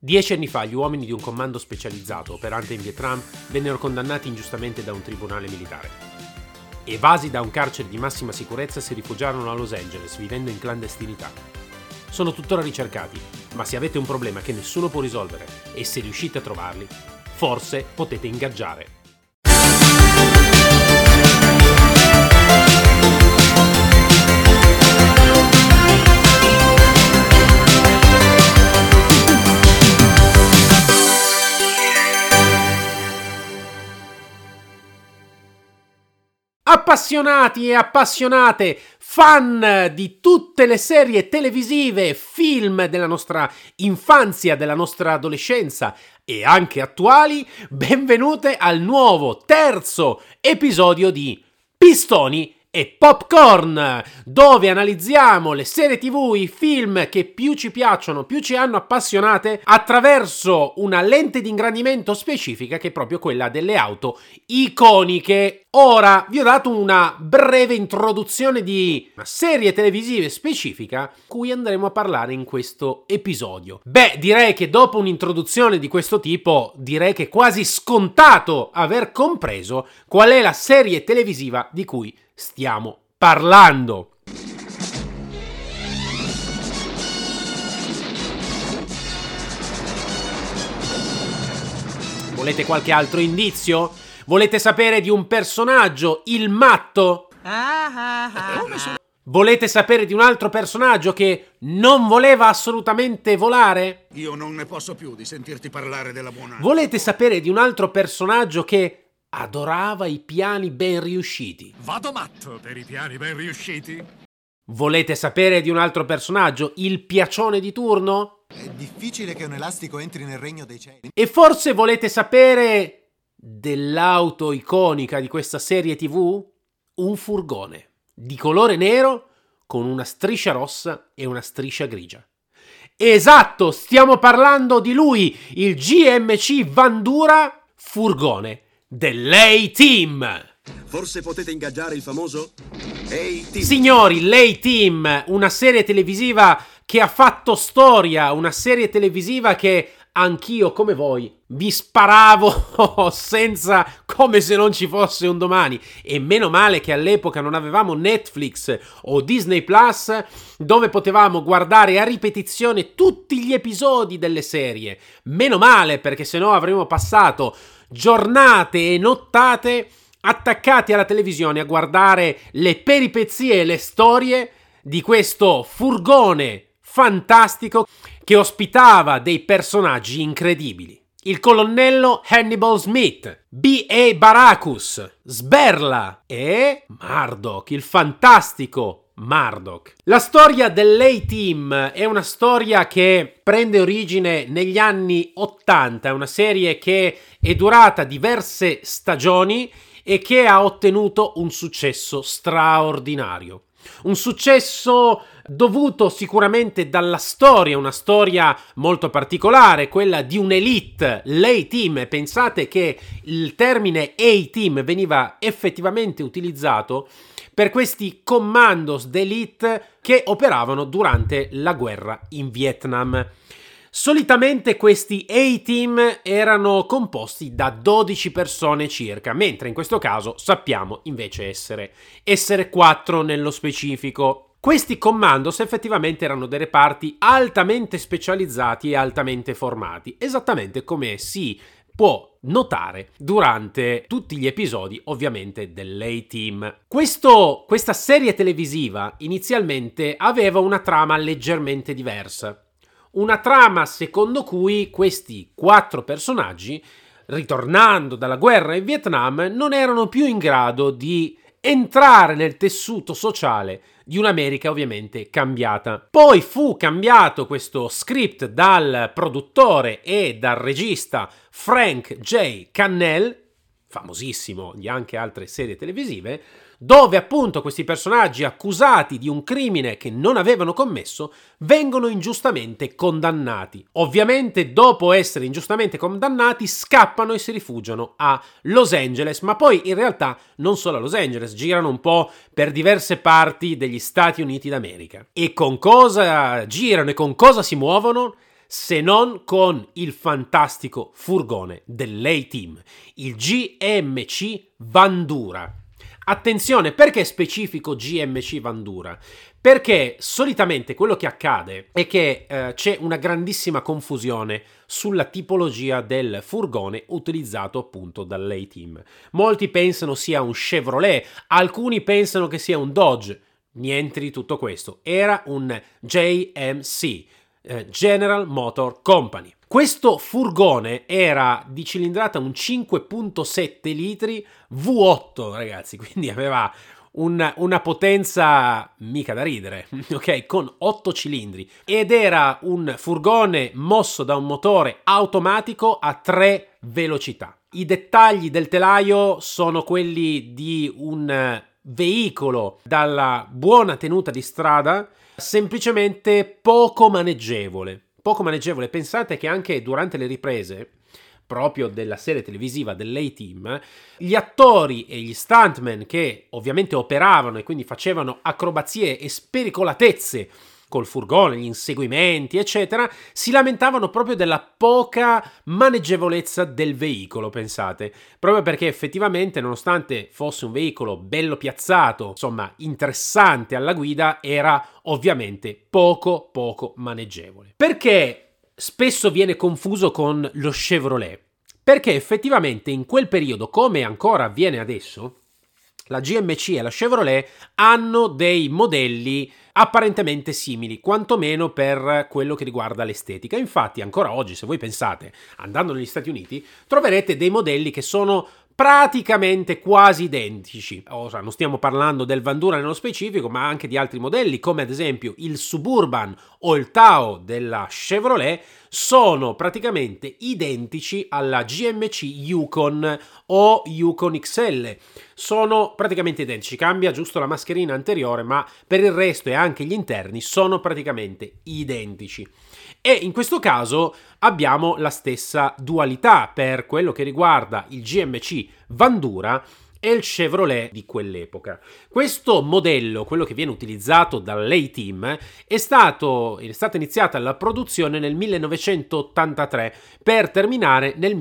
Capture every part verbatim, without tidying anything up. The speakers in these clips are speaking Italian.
Dieci anni fa gli uomini di un comando specializzato operante in Vietnam vennero condannati ingiustamente da un tribunale militare. Evasi da un carcere di massima sicurezza si rifugiarono a Los Angeles vivendo in clandestinità. Sono tuttora ricercati, ma se avete un problema che nessuno può risolvere e se riuscite a trovarli, forse potete ingaggiare. Appassionati e appassionate, fan di tutte le serie televisive, film della nostra infanzia, della nostra adolescenza e anche attuali, benvenute al nuovo terzo episodio di Pistoni e Popcorn, dove analizziamo le serie tv, i film che più ci piacciono, più ci hanno appassionate attraverso una lente di ingrandimento specifica che è proprio quella delle auto iconiche. Ora vi ho dato una breve introduzione di una serie televisiva specifica cui andremo a parlare in questo episodio. Beh, direi che dopo un'introduzione di questo tipo, direi che è quasi scontato aver compreso qual è la serie televisiva di cui stiamo parlando. Volete qualche altro indizio? Volete sapere di un personaggio, il matto? Volete sapere di un altro personaggio che non voleva assolutamente volare? Io non ne posso più di sentirti parlare della buona. Volete sapere di un altro personaggio che adorava i piani ben riusciti? Vado matto per i piani ben riusciti. Volete sapere di un altro personaggio, il piacione di turno? È difficile che un elastico entri nel regno dei cieli. E forse volete sapere dell'auto iconica di questa serie tv? Un furgone di colore nero con una striscia rossa e una striscia grigia. Esatto, stiamo parlando di lui, il G M C Vandura furgone dell'A-Team. Forse potete ingaggiare il famoso A-Team. Signori, l'A-Team, una serie televisiva che ha fatto storia, una serie televisiva che anch'io, come voi, mi sparavo senza, come se non ci fosse un domani. E meno male che all'epoca non avevamo Netflix o Disney Plus, dove potevamo guardare a ripetizione tutti gli episodi delle serie. Meno male, perché sennò avremmo passato giornate e nottate attaccati alla televisione a guardare le peripezie e le storie di questo furgone fantastico che ospitava dei personaggi incredibili. Il colonnello Hannibal Smith, B A Baracus, Sberla e Murdoch, il fantastico Murdoch. La storia dell'A-Team è una storia che prende origine negli anni ottanta, è una serie che è durata diverse stagioni e che ha ottenuto un successo straordinario. Un successo dovuto sicuramente dalla storia, una storia molto particolare, quella di un'elite, l'A-Team. Pensate che il termine A-Team veniva effettivamente utilizzato per questi commandos d'elite che operavano durante la guerra in Vietnam. Solitamente questi A-Team erano composti da dodici persone circa, mentre in questo caso sappiamo invece essere, essere quattro nello specifico. Questi commandos effettivamente erano dei reparti altamente specializzati e altamente formati, esattamente come si può notare durante tutti gli episodi ovviamente dell'A-Team. Questo, questa serie televisiva inizialmente aveva una trama leggermente diversa. Una trama secondo cui questi quattro personaggi, ritornando dalla guerra in Vietnam, non erano più in grado di entrare nel tessuto sociale di un'America ovviamente cambiata. Poi fu cambiato questo script dal produttore e dal regista Frank J. Cannell, famosissimo di anche altre serie televisive, dove appunto questi personaggi accusati di un crimine che non avevano commesso vengono ingiustamente condannati. Ovviamente dopo essere ingiustamente condannati scappano e si rifugiano a Los Angeles, ma poi in realtà non solo a Los Angeles, girano un po' per diverse parti degli Stati Uniti d'America. E con cosa girano e con cosa si muovono? se non con il fantastico furgone dell'A-Team, il G M C Vandura. Attenzione, perché specifico G M C Vandura? Perché solitamente quello che accade è che eh, c'è una grandissima confusione sulla tipologia del furgone utilizzato appunto dall'A-Team. Molti pensano sia un Chevrolet, alcuni pensano che sia un Dodge. Niente di tutto questo, era un J M C, eh, General Motor Company. Questo furgone era di cilindrata un cinque virgola sette litri V otto, ragazzi, quindi aveva un, una potenza mica da ridere, ok? Con otto cilindri, ed era un furgone mosso da un motore automatico a tre velocità. I dettagli del telaio sono quelli di un veicolo dalla buona tenuta di strada, semplicemente poco maneggevole. Poco maneggevole. Pensate che anche durante le riprese proprio della serie televisiva dell'A-Team, gli attori e gli stuntman che ovviamente operavano e quindi facevano acrobazie e spericolatezze col furgone, gli inseguimenti, eccetera, si lamentavano proprio della poca maneggevolezza del veicolo, pensate. Proprio perché effettivamente, nonostante fosse un veicolo bello piazzato, insomma, interessante alla guida, era ovviamente poco, poco maneggevole. Perché spesso viene confuso con lo Chevrolet? Perché effettivamente in quel periodo, come ancora avviene adesso, la G M C e la Chevrolet hanno dei modelli apparentemente simili, quantomeno per quello che riguarda l'estetica. Infatti, ancora oggi, se voi pensate, andando negli Stati Uniti, troverete dei modelli che sono praticamente quasi identici. Ora, non stiamo parlando del Vandura nello specifico, ma anche di altri modelli, come ad esempio il Suburban o il Tahoe della Chevrolet, sono praticamente identici alla G M C Yukon o Yukon X L. Sono praticamente identici, cambia giusto la mascherina anteriore, ma per il resto e anche gli interni sono praticamente identici. E in questo caso abbiamo la stessa dualità per quello che riguarda il G M C Vandura e il Chevrolet di quell'epoca. Questo modello, quello che viene utilizzato dall'A-Team, è stato è stata iniziata la produzione nel millenovecentottantatré per terminare nel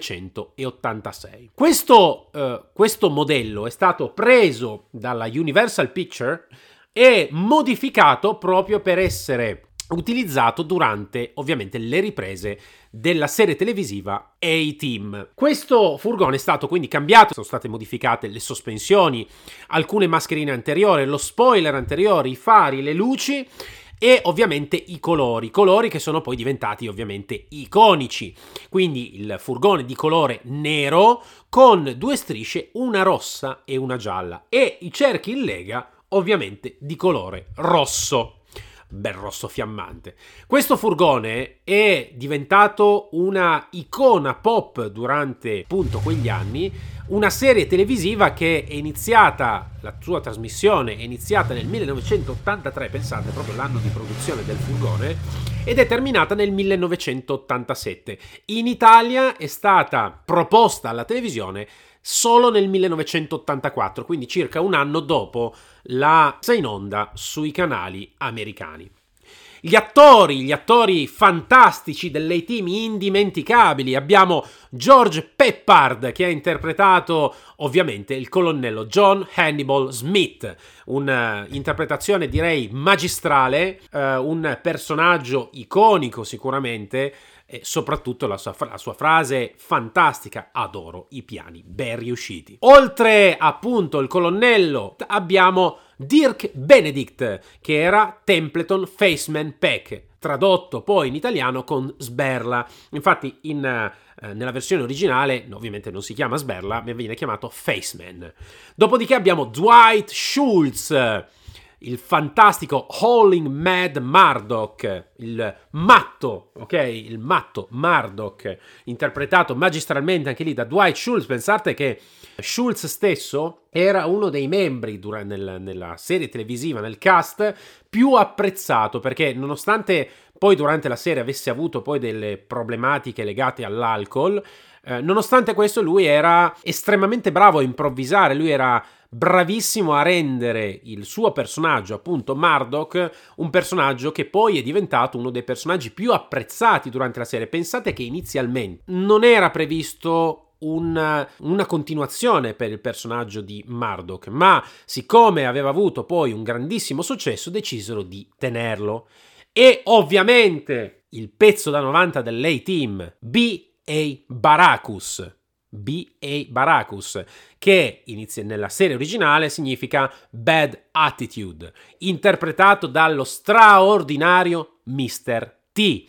millenovecentottantasei. Questo, eh, questo modello è stato preso dalla Universal Pictures e modificato proprio per essere utilizzato durante ovviamente le riprese della serie televisiva A-Team. Questo furgone è stato quindi cambiato, sono state modificate le sospensioni, alcune mascherine anteriori, lo spoiler anteriore, i fari, le luci e ovviamente i colori, colori che sono poi diventati ovviamente iconici. Quindi il furgone di colore nero con due strisce, una rossa e una gialla, e i cerchi in lega ovviamente di colore rosso. Bel rosso fiammante. Questo furgone è diventato una icona pop durante appunto quegli anni, una serie televisiva che è iniziata, la sua trasmissione è iniziata nel millenovecentottantatré, pensate, proprio l'anno di produzione del furgone, ed è terminata nel millenovecentottantasette. In Italia è stata proposta alla televisione solo nel millenovecentottantaquattro, quindi circa un anno dopo la messa in onda sui canali americani. Gli attori, gli attori fantastici dell'A-Team, indimenticabili. Abbiamo George Peppard, che ha interpretato ovviamente il colonnello John Hannibal Smith, un'interpretazione direi magistrale, eh, un personaggio iconico sicuramente, e soprattutto la sua, la sua frase fantastica: adoro i piani ben riusciti. Oltre appunto il colonnello abbiamo Dirk Benedict, che era Templeton Faceman Peck, tradotto poi in italiano con Sberla. Infatti in, eh, nella versione originale ovviamente non si chiama Sberla, ma viene chiamato Faceman. Dopodiché abbiamo Dwight Schultz, il fantastico Howling Mad Murdoch, il matto, ok? Il matto Murdoch, interpretato magistralmente anche lì da Dwight Schultz. Pensate che Schultz stesso era uno dei membri durante, nel, nella serie televisiva, nel cast, più apprezzato, perché nonostante poi durante la serie avesse avuto poi delle problematiche legate all'alcol, eh, nonostante questo lui era estremamente bravo a improvvisare, lui era bravissimo a rendere il suo personaggio, appunto Murdoch, un personaggio che poi è diventato uno dei personaggi più apprezzati durante la serie. Pensate che inizialmente non era previsto una, una continuazione per il personaggio di Murdoch, ma siccome aveva avuto poi un grandissimo successo decisero di tenerlo. E ovviamente il pezzo da novanta dell'A-Team, B A Baracus, B A Baracus, che inizia nella serie originale significa Bad Attitude, interpretato dallo straordinario mister T,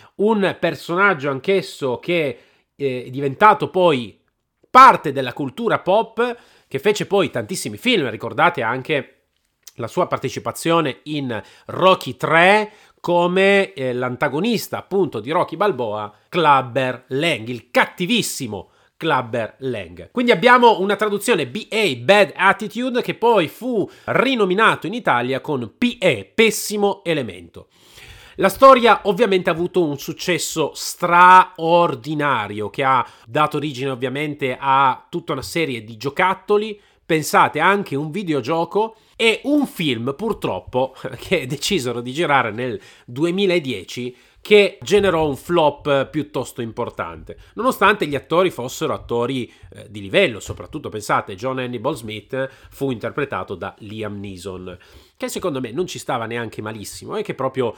un personaggio anch'esso che è diventato poi parte della cultura pop, che fece poi tantissimi film. Ricordate anche la sua partecipazione in Rocky tre come eh, l'antagonista appunto di Rocky Balboa, Clubber Lang, il cattivissimo Clubber Lang. Quindi abbiamo una traduzione B A Bad Attitude che poi fu rinominato in Italia con P E Pessimo Elemento. La storia ovviamente ha avuto un successo straordinario che ha dato origine ovviamente a tutta una serie di giocattoli, pensate anche un videogioco e un film purtroppo che decisero di girare nel duemiladieci che generò un flop piuttosto importante, nonostante gli attori fossero attori eh, di livello. Soprattutto pensate, John Hannibal Smith fu interpretato da Liam Neeson, che secondo me non ci stava neanche malissimo e che proprio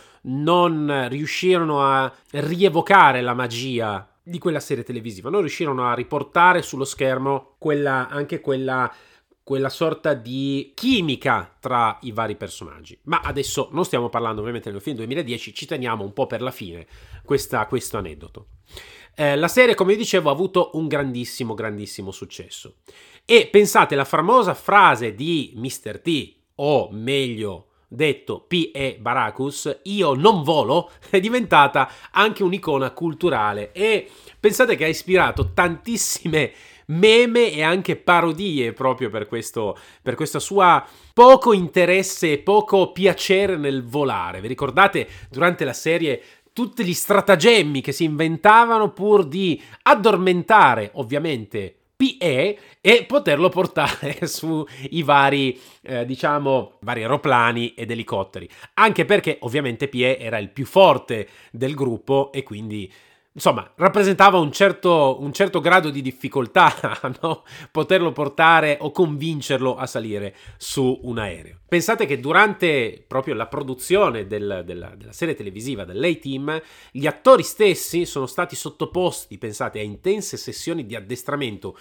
non riuscirono a rievocare la magia di quella serie televisiva, non riuscirono a riportare sullo schermo quella, anche quella quella sorta di chimica tra i vari personaggi. Ma adesso non stiamo parlando ovviamente del film duemiladieci, ci teniamo un po' per la fine questa, questo aneddoto. Eh, la serie, come vi dicevo, ha avuto un grandissimo, grandissimo successo. E pensate, la famosa frase di mister T, o meglio detto P E Baracus, io non volo, è diventata anche un'icona culturale e pensate che ha ispirato tantissime meme e anche parodie proprio per questo, per questa sua poco interesse e poco piacere nel volare. Vi ricordate durante la serie tutti gli stratagemmi che si inventavano pur di addormentare ovviamente P E e poterlo portare sui vari, eh, diciamo, vari aeroplani ed elicotteri, anche perché ovviamente P E era il più forte del gruppo e quindi insomma, rappresentava un certo, un certo grado di difficoltà, no? Poterlo portare o convincerlo a salire su un aereo. Pensate che durante proprio la produzione del, della, della serie televisiva dell'A-Team, gli attori stessi sono stati sottoposti, pensate, a intense sessioni di addestramento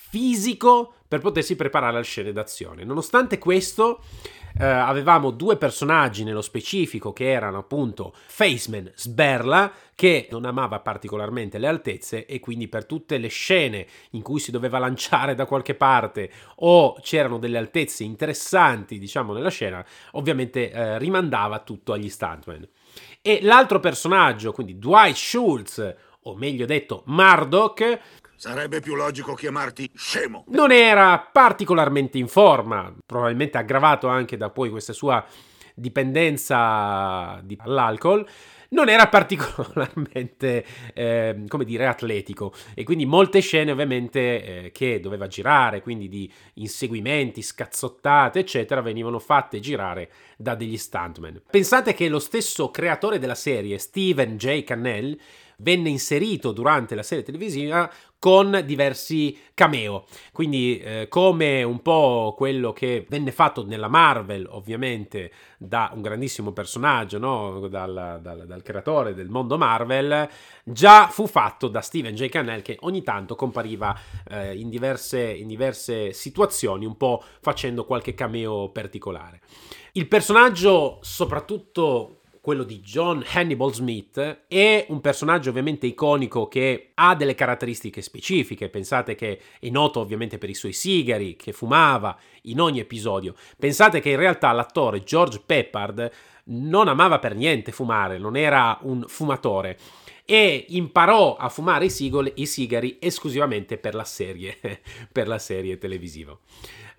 fisico per potersi preparare alle scene d'azione. Nonostante questo, eh, avevamo due personaggi nello specifico che erano appunto Faceman Sberla, che non amava particolarmente le altezze e quindi per tutte le scene in cui si doveva lanciare da qualche parte o c'erano delle altezze interessanti, diciamo, nella scena, ovviamente eh, rimandava tutto agli stuntman. E l'altro personaggio, quindi Dwight Schultz, o meglio detto Murdoch, sarebbe più logico chiamarti scemo. non era particolarmente in forma, probabilmente aggravato anche da poi questa sua dipendenza di, all'alcol. Non era particolarmente, eh, come dire, atletico e quindi molte scene ovviamente eh, che doveva girare, quindi di inseguimenti, scazzottate eccetera, venivano fatte girare da degli stuntman. Pensate che lo stesso creatore della serie, Stephen J. Cannell, venne inserito durante la serie televisiva con diversi cameo, quindi eh, come un po' quello che venne fatto nella Marvel, ovviamente da un grandissimo personaggio, no? dal, dal, dal creatore del mondo Marvel, già fu fatto da Stephen J. Cannell, che ogni tanto compariva eh, in, diverse, in diverse situazioni, un po' facendo qualche cameo particolare. Il personaggio, soprattutto quello di John Hannibal Smith, è un personaggio ovviamente iconico che ha delle caratteristiche specifiche. Pensate che è noto ovviamente per i suoi sigari, che fumava in ogni episodio. Pensate che in realtà l'attore George Peppard non amava per niente fumare, non era un fumatore e imparò a fumare i, sigoli, i sigari esclusivamente per la serie, per la serie televisiva.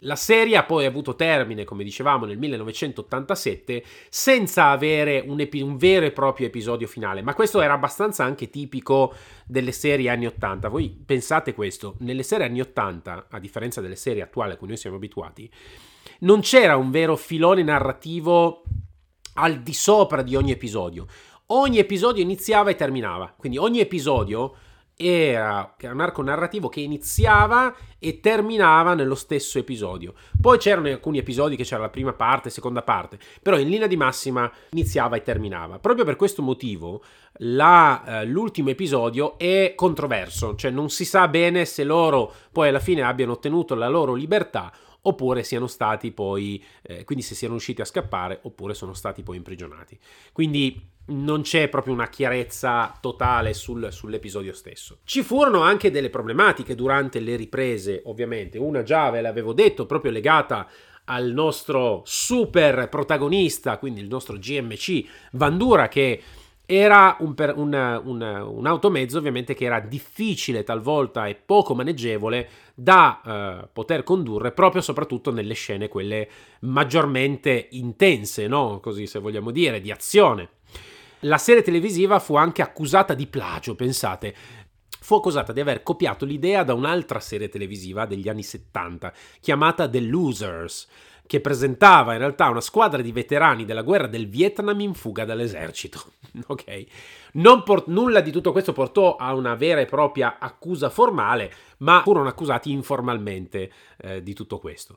La serie ha poi avuto termine, come dicevamo, nel millenovecentottantasette senza avere un, epi- un vero e proprio episodio finale, ma questo era abbastanza anche tipico delle serie anni ottanta. Voi pensate questo, nelle serie anni ottanta, a differenza delle serie attuali a cui noi siamo abituati, non c'era un vero filone narrativo al di sopra di ogni episodio. Ogni episodio iniziava e terminava, quindi ogni episodio era un arco narrativo che iniziava e terminava nello stesso episodio. Poi c'erano alcuni episodi che c'era la prima parte, seconda parte, però in linea di massima iniziava e terminava. Proprio per questo motivo la, eh, l'ultimo episodio è controverso, cioè non si sa bene se loro poi alla fine abbiano ottenuto la loro libertà oppure siano stati poi, eh, quindi se siano riusciti a scappare oppure sono stati poi imprigionati. Quindi non c'è proprio una chiarezza totale sul, sull'episodio stesso. Ci furono anche delle problematiche durante le riprese, ovviamente. Una già ve l'avevo detto, proprio legata al nostro super protagonista, quindi il nostro G M C Vandura, che era un, un, un, un automezzo ovviamente che era difficile talvolta e poco maneggevole da eh, poter condurre, proprio soprattutto nelle scene quelle maggiormente intense, no? Così se vogliamo dire, di azione. La serie televisiva fu anche accusata di plagio, pensate. Fu accusata di aver copiato l'idea da un'altra serie televisiva degli anni settanta, chiamata The Losers, che presentava in realtà una squadra di veterani della guerra del Vietnam in fuga dall'esercito. Ok? Non por- nulla di tutto questo portò a una vera e propria accusa formale, ma furono accusati informalmente eh, di tutto questo.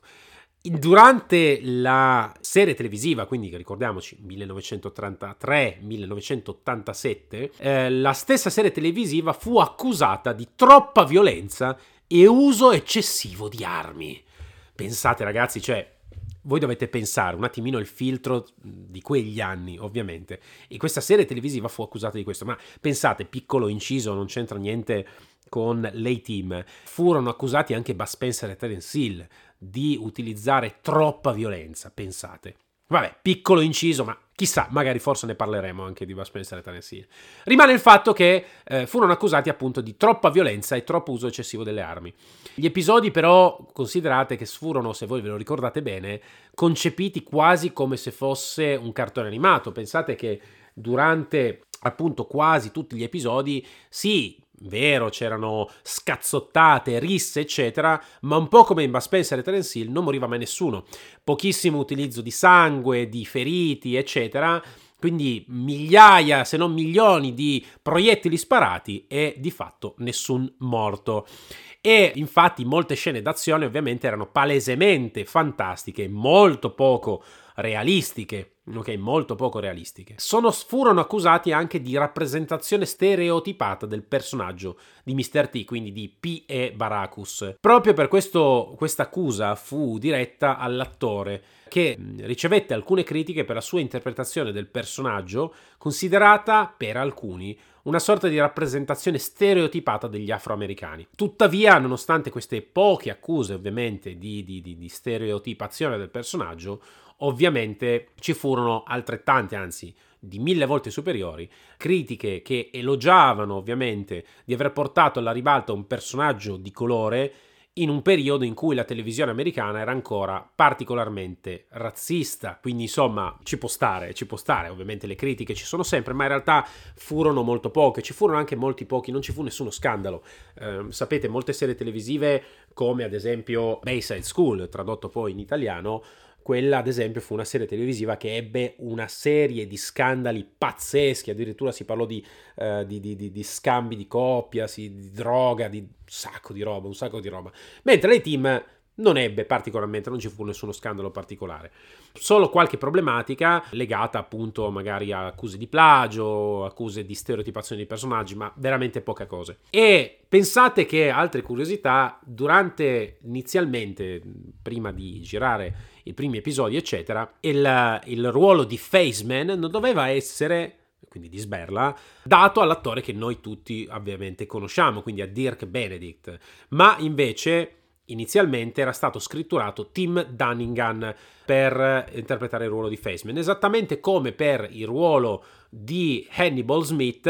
Durante la serie televisiva, quindi ricordiamoci millenovecentottantatré millenovecentottantasette, eh, la stessa serie televisiva fu accusata di troppa violenza e uso eccessivo di armi. Pensate ragazzi, cioè voi dovete pensare un attimino il filtro di quegli anni, ovviamente, e questa serie televisiva fu accusata di questo, ma pensate, piccolo inciso, non c'entra niente con l'A-Team, furono accusati anche Bud Spencer e Terence Hill di utilizzare troppa violenza, pensate. Vabbè, piccolo inciso, ma chissà, magari forse ne parleremo anche di Bud Spencer e Terence Hill. Rimane il fatto che eh, furono accusati appunto di troppa violenza e troppo uso eccessivo delle armi. Gli episodi però, considerate che furono, se voi ve lo ricordate bene, concepiti quasi come se fosse un cartone animato. Pensate che durante appunto quasi tutti gli episodi, sì, vero, c'erano scazzottate, risse, eccetera, ma un po' come in Bud Spencer e Terence Hill non moriva mai nessuno. Pochissimo utilizzo di sangue, di feriti, eccetera. Quindi migliaia, se non milioni di proiettili sparati e di fatto nessun morto. E infatti molte scene d'azione ovviamente erano palesemente fantastiche, molto poco realistiche, ok, molto poco realistiche. Sono, furono accusati anche di rappresentazione stereotipata del personaggio di mister T, quindi di P E Baracus. Proprio per questo questa accusa fu diretta all'attore, che ricevette alcune critiche per la sua interpretazione del personaggio, considerata per alcuni una sorta di rappresentazione stereotipata degli afroamericani. Tuttavia, nonostante queste poche accuse ovviamente di, di, di, di stereotipazione del personaggio, ovviamente ci furono altrettante, anzi di mille volte superiori, critiche che elogiavano ovviamente di aver portato alla ribalta un personaggio di colore in un periodo in cui la televisione americana era ancora particolarmente razzista. Quindi insomma ci può stare, ci può stare, ovviamente le critiche ci sono sempre, ma in realtà furono molto poche, ci furono anche molti pochi, non ci fu nessuno scandalo. Eh, sapete, molte serie televisive come ad esempio Bayside School, tradotto poi in italiano, quella ad esempio fu una serie televisiva che ebbe una serie di scandali pazzeschi, addirittura si parlò di, uh, di, di, di, di scambi di coppia, si, di droga, di un sacco di roba, un sacco di roba. Mentre l'A-Team non ebbe particolarmente, non ci fu nessuno scandalo particolare. Solo qualche problematica legata appunto magari a accuse di plagio, accuse di stereotipazione di personaggi, ma veramente poche cose. E pensate che, altre curiosità, durante inizialmente, prima di girare i primi episodi eccetera, il, il ruolo di Faceman non doveva essere, quindi di sberla, dato all'attore che noi tutti ovviamente conosciamo, quindi a Dirk Benedict, ma invece inizialmente era stato scritturato Tim Dunnigan per interpretare il ruolo di Faceman, esattamente come per il ruolo di Hannibal Smith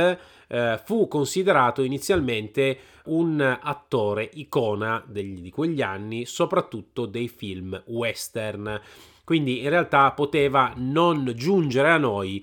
eh, fu considerato inizialmente un attore icona degli, di quegli anni, soprattutto dei film western. Quindi in realtà poteva non giungere a noi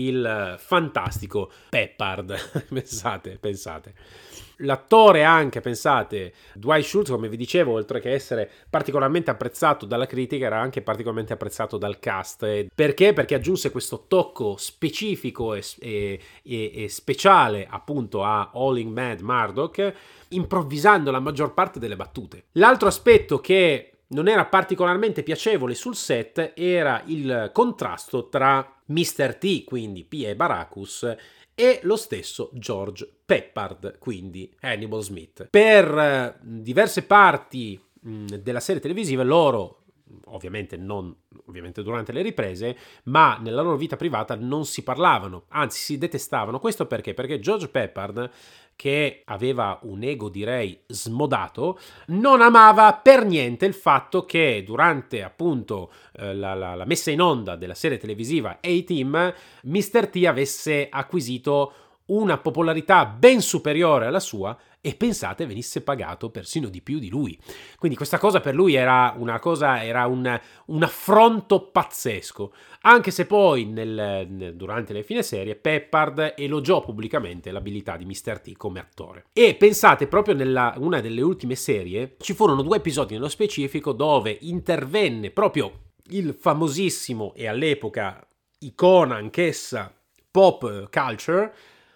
il fantastico Peppard. pensate, pensate. L'attore anche, pensate, Dwight Schultz, come vi dicevo, oltre che essere particolarmente apprezzato dalla critica, era anche particolarmente apprezzato dal cast. Perché? Perché aggiunse questo tocco specifico e, e, e speciale appunto a Howling Mad Murdoch, improvvisando la maggior parte delle battute. L'altro aspetto che non era particolarmente piacevole sul set era il contrasto tra mister T, quindi P A Baracus, e lo stesso George Peppard, quindi Hannibal Smith. Per eh, diverse parti mh, della serie televisiva loro, ovviamente non ovviamente durante le riprese, ma nella loro vita privata non si parlavano, anzi si detestavano. Questo perché? Perché George Peppard, che aveva un ego direi smodato, non amava per niente il fatto che durante appunto eh, la, la, la messa in onda della serie televisiva A-Team, mister T avesse acquisito una popolarità ben superiore alla sua e pensate venisse pagato persino di più di lui. Quindi questa cosa per lui era una cosa, era un, un affronto pazzesco, anche se poi nel, nel, durante le fine serie Peppard elogiò pubblicamente l'abilità di mister T come attore. E pensate, proprio nella una delle ultime serie ci furono due episodi nello specifico dove intervenne proprio il famosissimo e all'epoca icona anch'essa pop culture,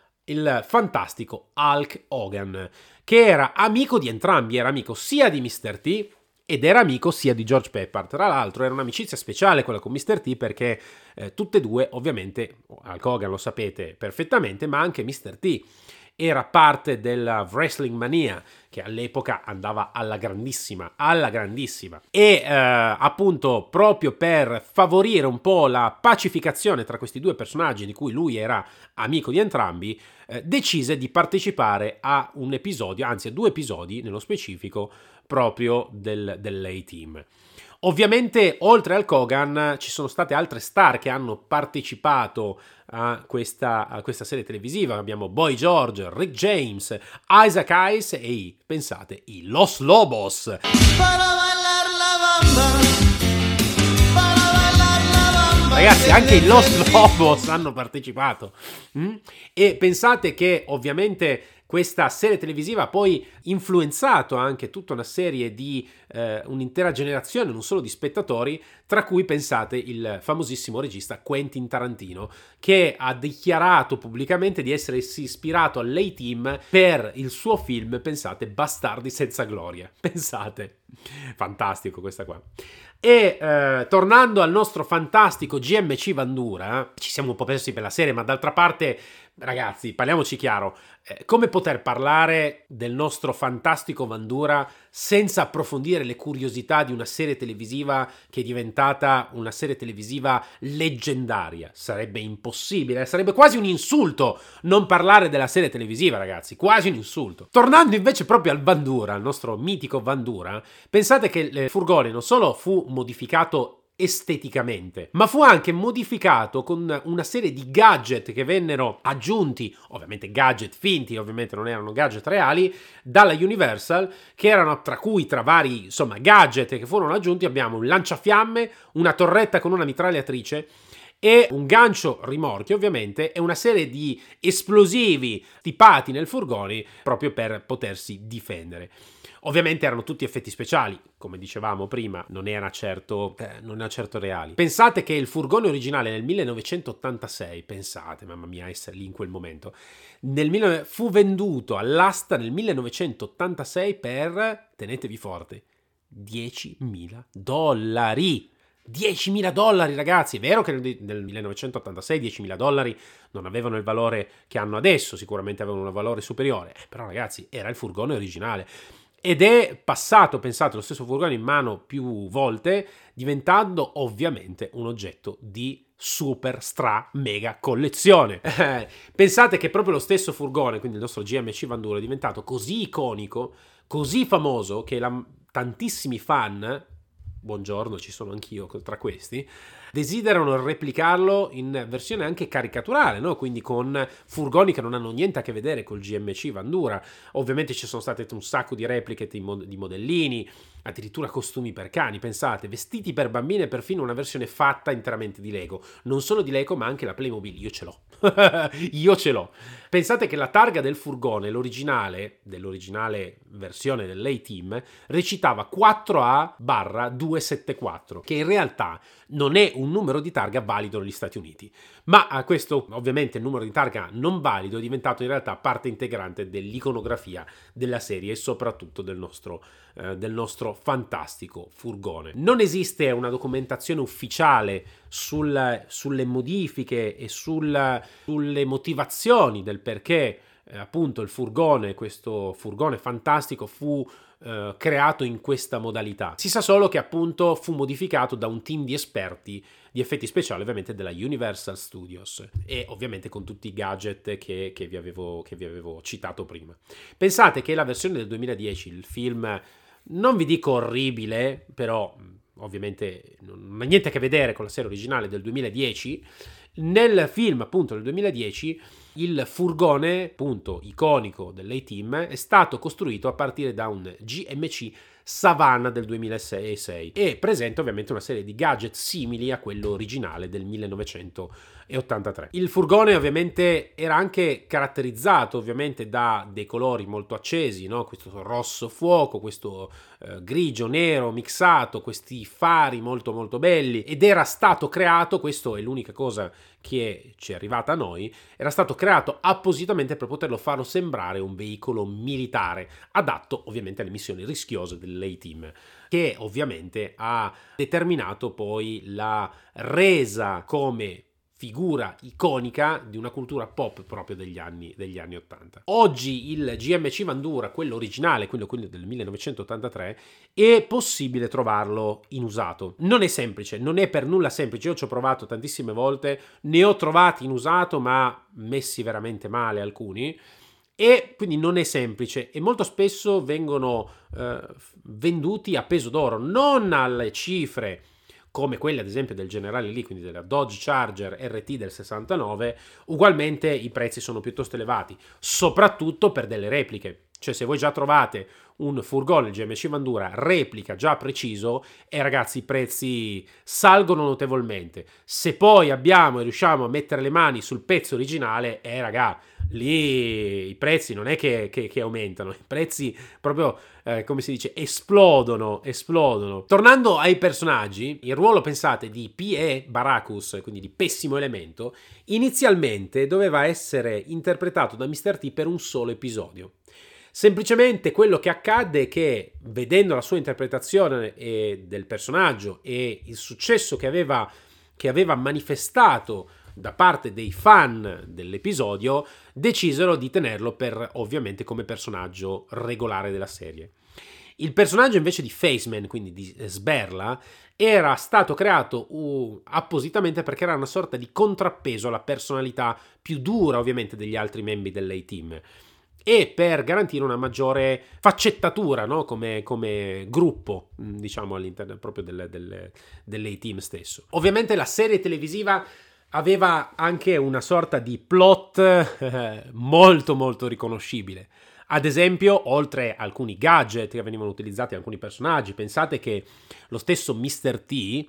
il fantastico Hulk Hogan, che era amico di entrambi, era amico sia di mister T ed era amico sia di George Peppard. Tra l'altro era un'amicizia speciale quella con mister T perché eh, tutte e due, ovviamente, Hulk Hogan lo sapete perfettamente, ma anche mister T era parte della Wrestling Mania, che all'epoca andava alla grandissima, alla grandissima. E eh, appunto proprio per favorire un po' la pacificazione tra questi due personaggi, di cui lui era amico di entrambi, eh, decise di partecipare a un episodio, anzi a due episodi nello specifico, proprio del, dell'A-Team. Ovviamente, oltre al Hogan, ci sono state altre star che hanno partecipato a questa, a questa serie televisiva. Abbiamo Boy George, Rick James, Isaac Hayes e, pensate, i Los Lobos. Ragazzi, anche i Los Lobos hanno partecipato. Mm? E pensate che, ovviamente, questa serie televisiva ha poi influenzato anche tutta una serie di eh, un'intera generazione, non solo di spettatori, tra cui pensate il famosissimo regista Quentin Tarantino, che ha dichiarato pubblicamente di essersi ispirato all'A-Team per il suo film, pensate, Bastardi senza gloria. Pensate, fantastico questa qua. E eh, tornando al nostro fantastico G M C Vandura, ci siamo un po' persi per la serie, ma d'altra parte, ragazzi, parliamoci chiaro, eh, come poter parlare del nostro fantastico Vandura senza approfondire le curiosità di una serie televisiva che è diventata una serie televisiva leggendaria? Sarebbe impossibile, sarebbe quasi un insulto non parlare della serie televisiva, ragazzi, quasi un insulto. Tornando invece proprio al Vandura, al nostro mitico Vandura, pensate che il furgone non solo fu modificato esteticamente, ma fu anche modificato con una serie di gadget che vennero aggiunti, ovviamente gadget finti, ovviamente non erano gadget reali, dalla Universal, che erano, tra cui tra vari insomma gadget che furono aggiunti abbiamo un lanciafiamme, una torretta con una mitragliatrice e un gancio rimorchio, ovviamente, e una serie di esplosivi tipati nel furgone proprio per potersi difendere. Ovviamente erano tutti effetti speciali, come dicevamo prima, non era certo, eh, non era certo reali. Pensate che il furgone originale nel millenovecentottantasei, pensate, mamma mia, essere lì in quel momento, nel, fu venduto all'asta nel millenovecentottantasei per, tenetevi forte, diecimila dollari. diecimila dollari, ragazzi. È vero che nel millenovecentottantasei diecimila dollari non avevano il valore che hanno adesso, sicuramente avevano un valore superiore, eh, però ragazzi era il furgone originale ed è passato, pensate, lo stesso furgone in mano più volte, diventando ovviamente un oggetto di super stra mega collezione. Eh, pensate che proprio lo stesso furgone, quindi il nostro G M C Vandura, è diventato così iconico, così famoso che la, tantissimi fan, buongiorno, ci sono anch'io tra questi, desiderano replicarlo in versione anche caricaturale, no? Quindi con furgoni che non hanno niente a che vedere col G M C Vandura. Ovviamente ci sono state un sacco di repliche di, mod- di modellini, addirittura costumi per cani, pensate, vestiti per bambine, perfino una versione fatta interamente di Lego. Non solo di Lego, ma anche la Playmobil. Io ce l'ho. Io ce l'ho. Pensate che la targa del furgone, l'originale, dell'originale versione dell'A-Team, recitava quattro A duecentosettantaquattro, che in realtà non è un numero di targa valido negli Stati Uniti. Ma a questo, ovviamente, il numero di targa non valido è diventato in realtà parte integrante dell'iconografia della serie e soprattutto del nostro, eh, del nostro fantastico furgone. Non esiste una documentazione ufficiale sul, sulle modifiche e sul, sulle motivazioni del perché eh, appunto il furgone, questo furgone fantastico, fu eh, creato in questa modalità. Si sa solo che appunto fu modificato da un team di esperti di effetti speciali, ovviamente della Universal Studios, e ovviamente con tutti i gadget che, che, vi avevo, che vi avevo citato prima. Pensate che la versione del duemiladieci, il film, non vi dico orribile, però ovviamente non ha niente a che vedere con la serie originale del duemiladieci. Nel film appunto del duemiladieci il furgone appunto iconico dell'A-Team è stato costruito a partire da un G M C Savannah del duemilasei e presenta ovviamente una serie di gadget simili a quello originale del millenovecentottantatré. Il furgone ovviamente era anche caratterizzato ovviamente da dei colori molto accesi, no? Questo rosso fuoco, questo eh, grigio nero mixato, questi fari molto molto belli, ed era stato creato, questo è l'unica cosa che ci è arrivata a noi, era stato creato appositamente per poterlo farlo sembrare un veicolo militare adatto ovviamente alle missioni rischiose dell'A-Team, che ovviamente ha determinato poi la resa come figura iconica di una cultura pop proprio degli anni degli anni ottanta. Oggi il G M C Vandura, quello originale, quello, quello del millenovecentottantatré, è possibile trovarlo in usato. Non è semplice, non è per nulla semplice. Io ci ho provato tantissime volte, ne ho trovati in usato, ma messi veramente male alcuni, e quindi non è semplice e molto spesso vengono eh, venduti a peso d'oro, non alle cifre come quelle ad esempio del Generale Lee, quindi della Dodge Charger R T del sessantanove. Ugualmente i prezzi sono piuttosto elevati, soprattutto per delle repliche. Cioè, se voi già trovate un furgone G M C Vandura replica già preciso, e ragazzi, i prezzi salgono notevolmente. Se poi abbiamo e riusciamo a mettere le mani sul pezzo originale, eh raga, lì i prezzi non è che, che, che aumentano, i prezzi proprio, eh, come si dice, esplodono, esplodono. Tornando ai personaggi, il ruolo, pensate, di P E Baracus, quindi di Pessimo Elemento, inizialmente doveva essere interpretato da mister T per un solo episodio. Semplicemente quello che accadde è che, vedendo la sua interpretazione e del personaggio e il successo che aveva, che aveva manifestato da parte dei fan dell'episodio, decisero di tenerlo per, ovviamente, come personaggio regolare della serie. Il personaggio invece di Faceman, quindi di Sberla, era stato creato uh, appositamente perché era una sorta di contrappeso alla personalità più dura, ovviamente, degli altri membri dell'A-Team, e per garantire una maggiore faccettatura, no? come, come gruppo, diciamo, all'interno proprio del, del, dell'A-Team stesso. Ovviamente la serie televisiva aveva anche una sorta di plot eh, molto molto riconoscibile. Ad esempio, oltre a alcuni gadget che venivano utilizzati da alcuni personaggi, pensate che lo stesso mister T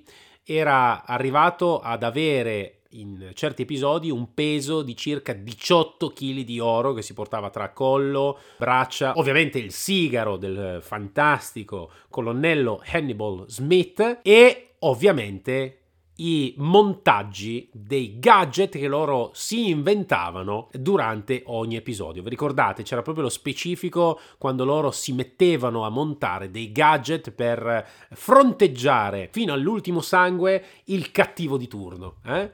era arrivato ad avere in certi episodi un peso di circa diciotto chili di oro che si portava tra collo, braccia, ovviamente il sigaro del fantastico colonnello Hannibal Smith e ovviamente i montaggi dei gadget che loro si inventavano durante ogni episodio. Vi ricordate? C'era proprio lo specifico quando loro si mettevano a montare dei gadget per fronteggiare fino all'ultimo sangue il cattivo di turno. Eh?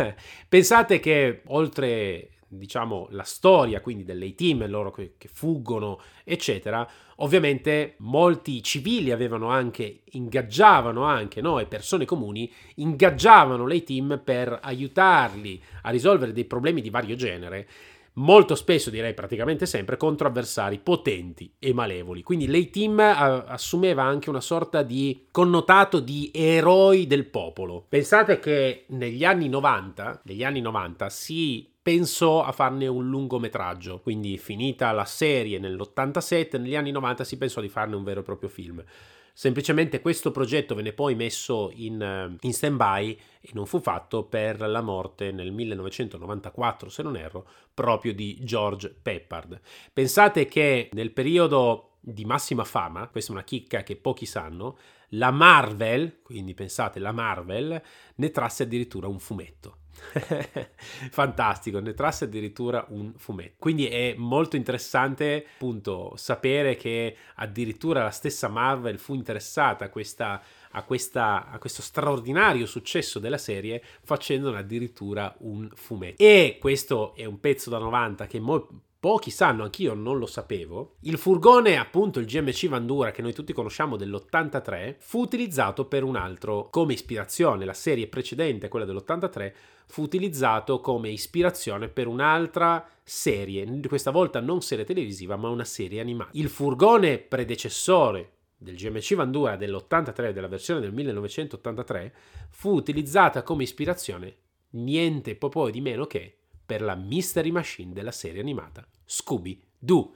Pensate che oltre, diciamo, la storia quindi dell'A-Team, loro che, che fuggono eccetera, ovviamente molti civili avevano anche ingaggiavano anche no, e persone comuni ingaggiavano l'A-Team per aiutarli a risolvere dei problemi di vario genere, molto spesso, direi praticamente sempre, contro avversari potenti e malevoli. Quindi l'A-Team assumeva anche una sorta di connotato di eroi del popolo. Pensate che negli anni novanta, negli anni novanta si pensò a farne un lungometraggio, quindi finita la serie nell'ottantasette, negli anni novanta si pensò di farne un vero e proprio film. Semplicemente questo progetto venne poi messo in, in stand-by e non fu fatto per la morte nel millenovecentonovantaquattro, se non erro, proprio di George Peppard. Pensate che nel periodo di massima fama, questa è una chicca che pochi sanno, la Marvel, quindi pensate la Marvel, ne trasse addirittura un fumetto. Fantastico, ne trasse addirittura un fumetto. Quindi è molto interessante appunto sapere che addirittura la stessa Marvel fu interessata a questa a, questa, a questo straordinario successo della serie facendone addirittura un fumetto. E questo è un pezzo da novanta che mo- pochi sanno, anch'io non lo sapevo. Il furgone, appunto il G M C Vandura che noi tutti conosciamo dell'ottantatré, fu utilizzato per un altro come ispirazione. La serie precedente, quella dell'ottantatré, fu utilizzato come ispirazione per un'altra serie, questa volta non serie televisiva ma una serie animata. Il furgone predecessore del G M C Vandura dell'ottantatré, della versione del millenovecentottantatré, fu utilizzata come ispirazione niente po' poi di meno che per la Mystery Machine della serie animata Scooby-Doo.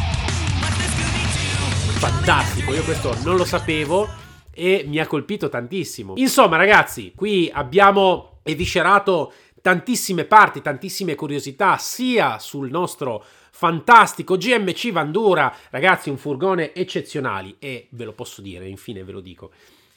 Fantastico, io questo non lo sapevo e mi ha colpito tantissimo. Insomma ragazzi, qui abbiamo eviscerato tantissime parti, tantissime curiosità sia sul nostro fantastico G M C Vandura, ragazzi, un furgone eccezionale. E ve lo posso dire, infine ve lo dico,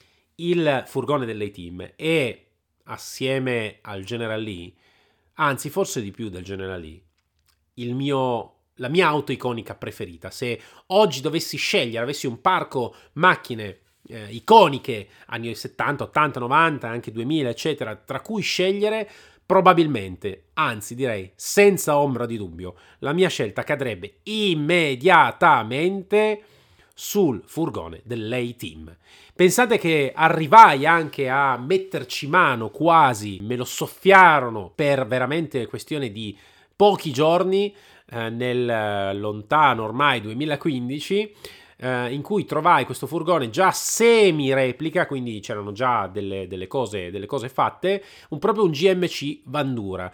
il furgone dell'A-Team è, assieme al General Lee, anzi forse di più del General Lee, il mio, la mia auto iconica preferita. Se oggi dovessi scegliere, avessi un parco macchine eh, iconiche anni settanta, ottanta, novanta, anche duemila eccetera, tra cui scegliere, probabilmente, anzi direi senza ombra di dubbio, la mia scelta cadrebbe immediatamente sul furgone dell'A-Team. Pensate che arrivai anche a metterci mano quasi, me lo soffiarono per veramente questione di pochi giorni eh, nel lontano ormai duemilaquindici, eh, in cui trovai questo furgone già semi replica, quindi c'erano già delle, delle cose delle cose fatte, un proprio un G M C Vandura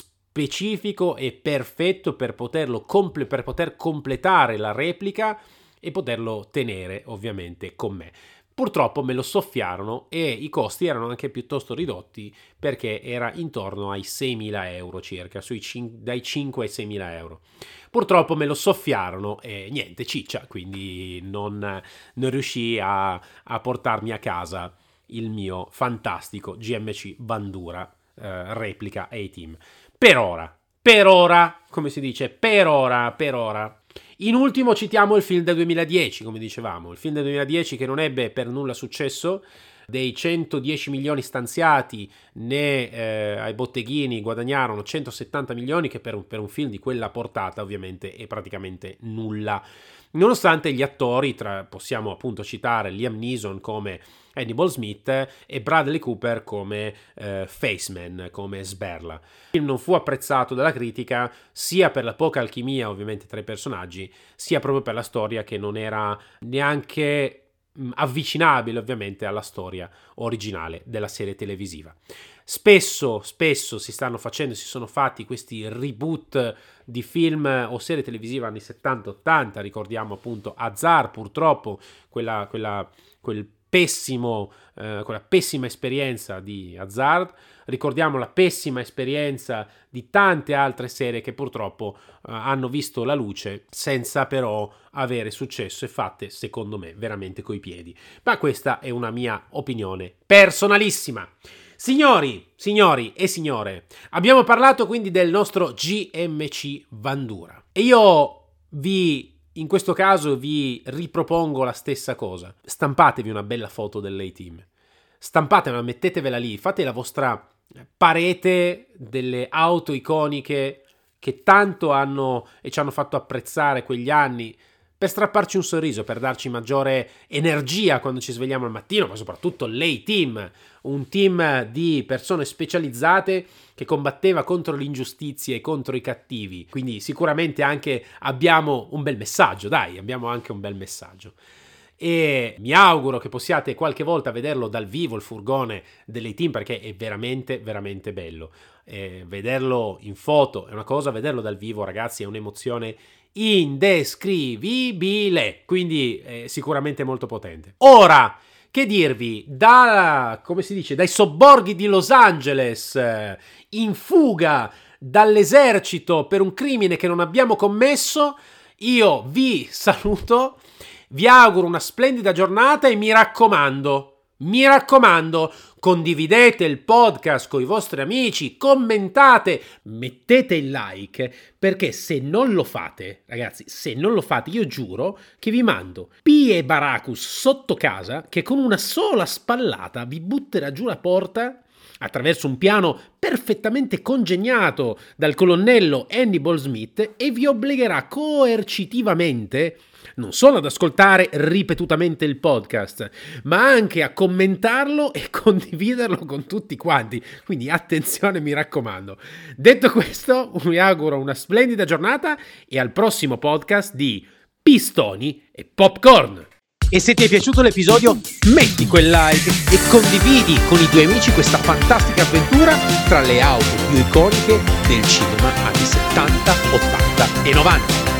specifico e perfetto per poterlo comple- per poter completare la replica e poterlo tenere ovviamente con me. Purtroppo me lo soffiarono e i costi erano anche piuttosto ridotti perché era intorno ai seimila euro circa, sui cin- dai cinque ai seimila euro. Purtroppo me lo soffiarono e niente, ciccia, quindi non, non riuscii a, a portarmi a casa il mio fantastico G M C Vandura eh, replica A-Team. Per ora, per ora, come si dice, per ora, per ora. In ultimo citiamo il film del duemiladieci, come dicevamo, il film del duemiladieci che non ebbe per nulla successo. Dei centodieci milioni stanziati, ne eh, ai botteghini guadagnarono centosettanta milioni, che per un, per un film di quella portata ovviamente è praticamente nulla. Nonostante gli attori, tra, possiamo appunto citare Liam Neeson come Hannibal Smith e Bradley Cooper come eh, Faceman, come Sberla. Il film non fu apprezzato dalla critica sia per la poca alchimia ovviamente tra i personaggi, sia proprio per la storia che non era neanche mh, avvicinabile ovviamente alla storia originale della serie televisiva. Spesso, spesso si stanno facendo, si sono fatti questi reboot di film o serie televisive anni settanta ottanta, ricordiamo appunto Azzar, purtroppo, quella, quella, quel pessimo, eh, quella pessima esperienza di Hazard, ricordiamo la pessima esperienza di tante altre serie che purtroppo eh, hanno visto la luce senza però avere successo e fatte secondo me veramente coi piedi, ma questa è una mia opinione personalissima. Signori, signori e signore, abbiamo parlato quindi del nostro G M C Vandura e io vi in questo caso vi ripropongo la stessa cosa. Stampatevi una bella foto dell'A-Team, stampatevela, mettetevela lì, fate la vostra parete delle auto iconiche che tanto hanno e ci hanno fatto apprezzare quegli anni. per strapparci un sorriso, per darci maggiore energia quando ci svegliamo al mattino, ma soprattutto l'A-Team, un team di persone specializzate che combatteva contro le ingiustizie e contro i cattivi. Quindi sicuramente anche abbiamo un bel messaggio, dai, abbiamo anche un bel messaggio. E mi auguro che possiate qualche volta vederlo dal vivo il furgone dell'A-Team, perché è veramente veramente bello. Eh, vederlo in foto è una cosa, vederlo dal vivo, ragazzi, è un'emozione indescrivibile, quindi è sicuramente molto potente. Ora, che dirvi, da, come si dice, dai sobborghi di Los Angeles, in fuga dall'esercito per un crimine che non abbiamo commesso, io vi saluto, vi auguro una splendida giornata e mi raccomando, mi raccomando, condividete il podcast con i vostri amici, commentate, mettete il like, perché se non lo fate, ragazzi, se non lo fate, io giuro che vi mando Pie Baracus sotto casa, che con una sola spallata vi butterà giù la porta attraverso un piano perfettamente congegnato dal colonnello Hannibal Smith e vi obbligherà coercitivamente non solo ad ascoltare ripetutamente il podcast, ma anche a commentarlo e condividerlo con tutti quanti. Quindi attenzione, mi raccomando. Detto questo, vi auguro una splendida giornata e al prossimo podcast di Pistoni e Popcorn. E se ti è piaciuto l'episodio, metti quel like e condividi con i tuoi amici questa fantastica avventura tra le auto più iconiche del cinema anni settanta, ottanta e novanta.